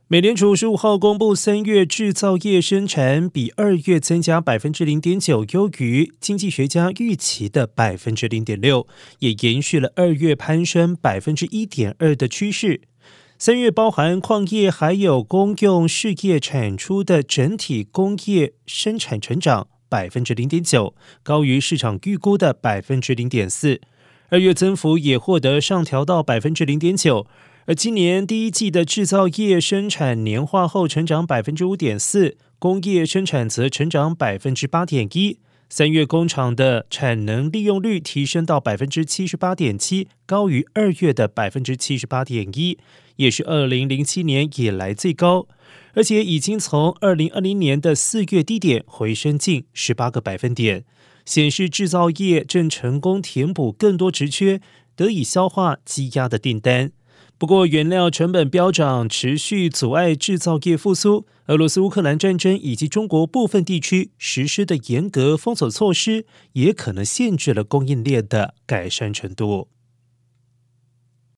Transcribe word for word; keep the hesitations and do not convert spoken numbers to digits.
美联储十五号公布三月制造业生产比二月增加百分之零点九，优于经济学家预期的百分之零点六，也延续了二月攀升百分之一点二的趋势。三月包含矿业还有公用事业产出的整体工业生产成长百分之零点九，高于市场预估的百分之零点四。二月增幅也获得上调到百分之零点九。而今年第一季的制造业生产年化后成长百分之五点四，工业生产则成长百分之八点一。三月工厂的产能利用率提升到百分之七十八点七，高于二月的百分之七十八点一，也是二零零七年以来最高，而且已经从二零二零年的四月低点回升近十八个百分点，显示制造业正成功填补更多职缺，得以消化积压的订单。不过，原料成本飙涨持续阻碍制造业复苏。俄罗斯乌克兰战争以及中国部分地区实施的严格封锁措施，也可能限制了供应链的改善程度。